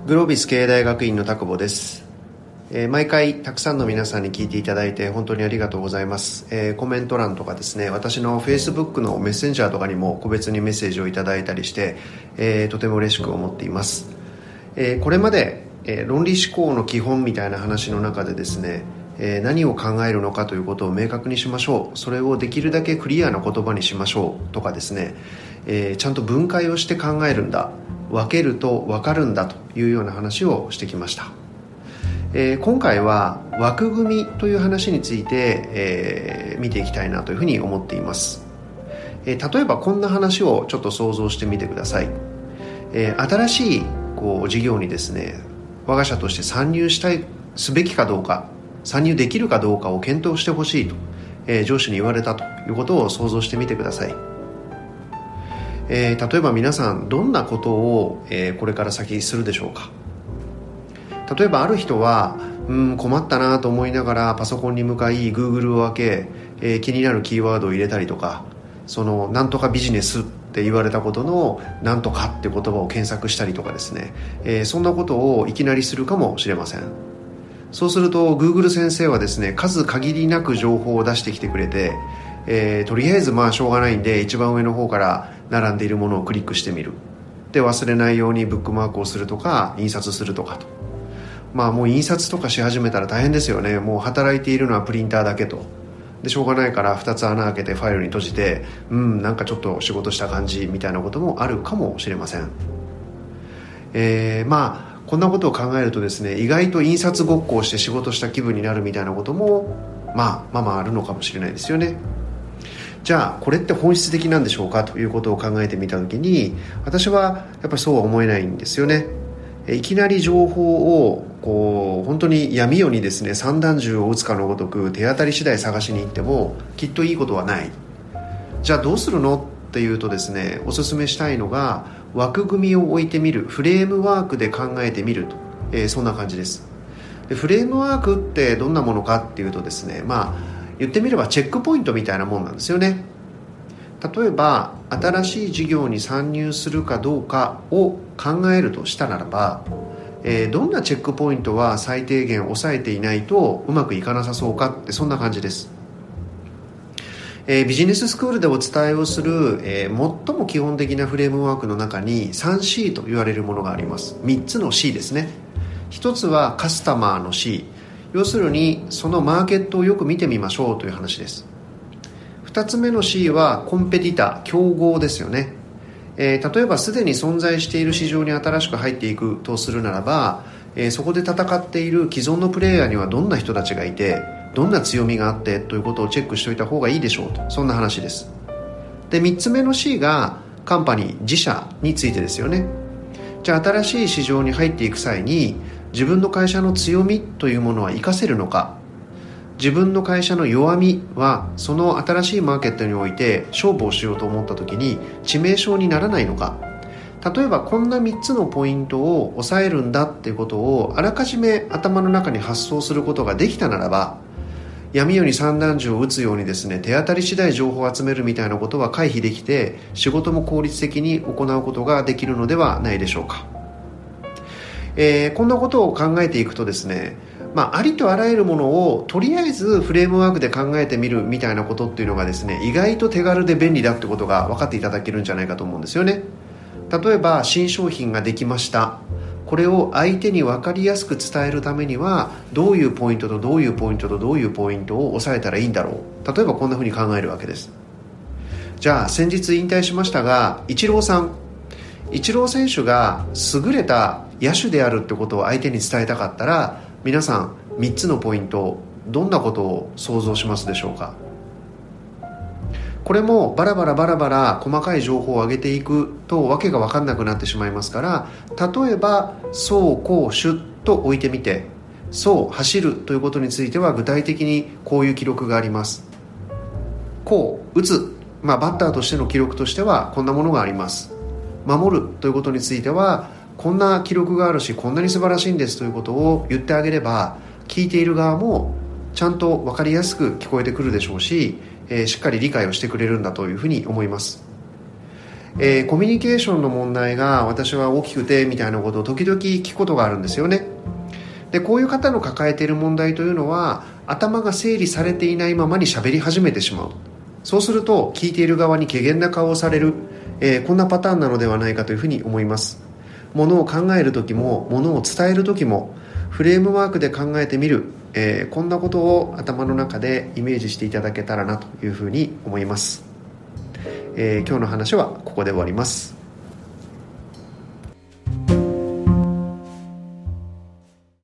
グロービス経営大学院の田久保です。毎回たくさんの皆さんに聞いていただいて本当にありがとうございます。コメント欄とかですね、私の Facebook のメッセンジャーとかにも個別にメッセージをいただいたりして、とても嬉しく思っています。これまで、論理思考の基本みたいな話の中でですね、何を考えるのかということを明確にしましょう、それをできるだけクリアな言葉にしましょうとかですね、ちゃんと分解をして考えるんだ、分けると分かるんだというような話をしてきました。今回は枠組みという話について、見ていきたいなというふうに思っています。例えばこんな話をちょっと想像してみてください。新しい事業にですね、我が社として参入すべきかどうか、参入できるかどうかを検討してほしいと、上司に言われたということを想像してみてください。例えば皆さんどんなことを、これから先するでしょうか。例えばある人は困ったなと思いながらパソコンに向かい Google を開け、気になるキーワードを入れたりとか、そのなんとかビジネスって言われたことのなんとかって言葉を検索したりとかですね、そんなことをいきなりするかもしれません。そうすると Google 先生はですね、数限りなく情報を出してきてくれて、とりあえずしょうがないんで一番上の方から並んでいるものをクリックしてみる。で、忘れないようにブックマークをするとか印刷するとかと。もう印刷とかし始めたら大変ですよね。もう働いているのはプリンターだけと。で、しょうがないから2つ穴開けてファイルに閉じて、なんかちょっと仕事した感じみたいなこともあるかもしれません。こんなことを考えるとですね、意外と印刷ごっこをして仕事した気分になるみたいなこともあるのかもしれないですよね。じゃあこれって本質的なんでしょうかということを考えてみたときに、私はやっぱりそうは思えないんですよね。いきなり情報を本当に闇夜にですね、散弾銃を撃つかのごとく手当たり次第探しに行ってもきっといいことはない。じゃあどうするのっていうとですね、おすすめしたいのが枠組みを置いてみる、フレームワークで考えてみると、そんな感じです。で、フレームワークってどんなものかっていうとですね、言ってみればチェックポイントみたいなもんなんですよね。例えば新しい事業に参入するかどうかを考えるとしたならば、どんなチェックポイントは最低限抑えていないとうまくいかなさそうかって、そんな感じです。ビジネススクールでお伝えをする、最も基本的なフレームワークの中に 3C と言われるものがあります。3つの C ですね。1つはカスタマーの C、 要するにそのマーケットをよく見てみましょうという話です。2つ目の C はコンペティター、競合ですよね。例えばすでに存在している市場に新しく入っていくとするならば、そこで戦っている既存のプレイヤーにはどんな人たちがいて、どんな強みがあってということをチェックしておいた方がいいでしょうと、そんな話です。で、3つ目の C がカンパニー、自社についてですよね。じゃあ新しい市場に入っていく際に自分の会社の強みというものは活かせるのか、自分の会社の弱みはその新しいマーケットにおいて勝負をしようと思った時に致命傷にならないのか。例えばこんな3つのポイントを抑えるんだっていうことをあらかじめ頭の中に発想することができたならば、闇夜に散弾銃を撃つようにですね、手当たり次第情報を集めるみたいなことは回避できて、仕事も効率的に行うことができるのではないでしょうか。こんなことを考えていくとですね、ありとあらゆるものをとりあえずフレームワークで考えてみるみたいなことっていうのがですね、意外と手軽で便利だってことが分かっていただけるんじゃないかと思うんですよね。例えば新商品ができました。これを相手に分かりやすく伝えるためにはどういうポイントとどういうポイントとどういうポイントを抑えたらいいんだろう。例えばこんな風に考えるわけです。じゃあ先日引退しましたがイチロー選手が優れた野手であるってことを相手に伝えたかったら、皆さん3つのポイント、どんなことを想像しますでしょうか。これもバラバラ細かい情報を上げていくとわけが分かんなくなってしまいますから、例えば走攻守と置いてみて、走るということについては具体的にこういう記録があります。打つ、バッターとしての記録としてはこんなものがあります。守るということについてはこんな記録があるし、こんなに素晴らしいんですということを言ってあげれば、聞いている側もちゃんと分かりやすく聞こえてくるでしょうし、しっかり理解をしてくれるんだというふうに思います。 コミュニケーションの問題が私は大きくてみたいなことを時々聞くことがあるんですよね。でこういう方の抱えている問題というのは、頭が整理されていないままに喋り始めてしまう。そうすると聞いている側に怪訝な顔をされる、こんなパターンなのではないかというふうに思います。ものを考える時もものを伝える時もフレームワークで考えてみる、こんなことを頭の中でイメージしていただけたらなというふうに思います。今日の話はここで終わります。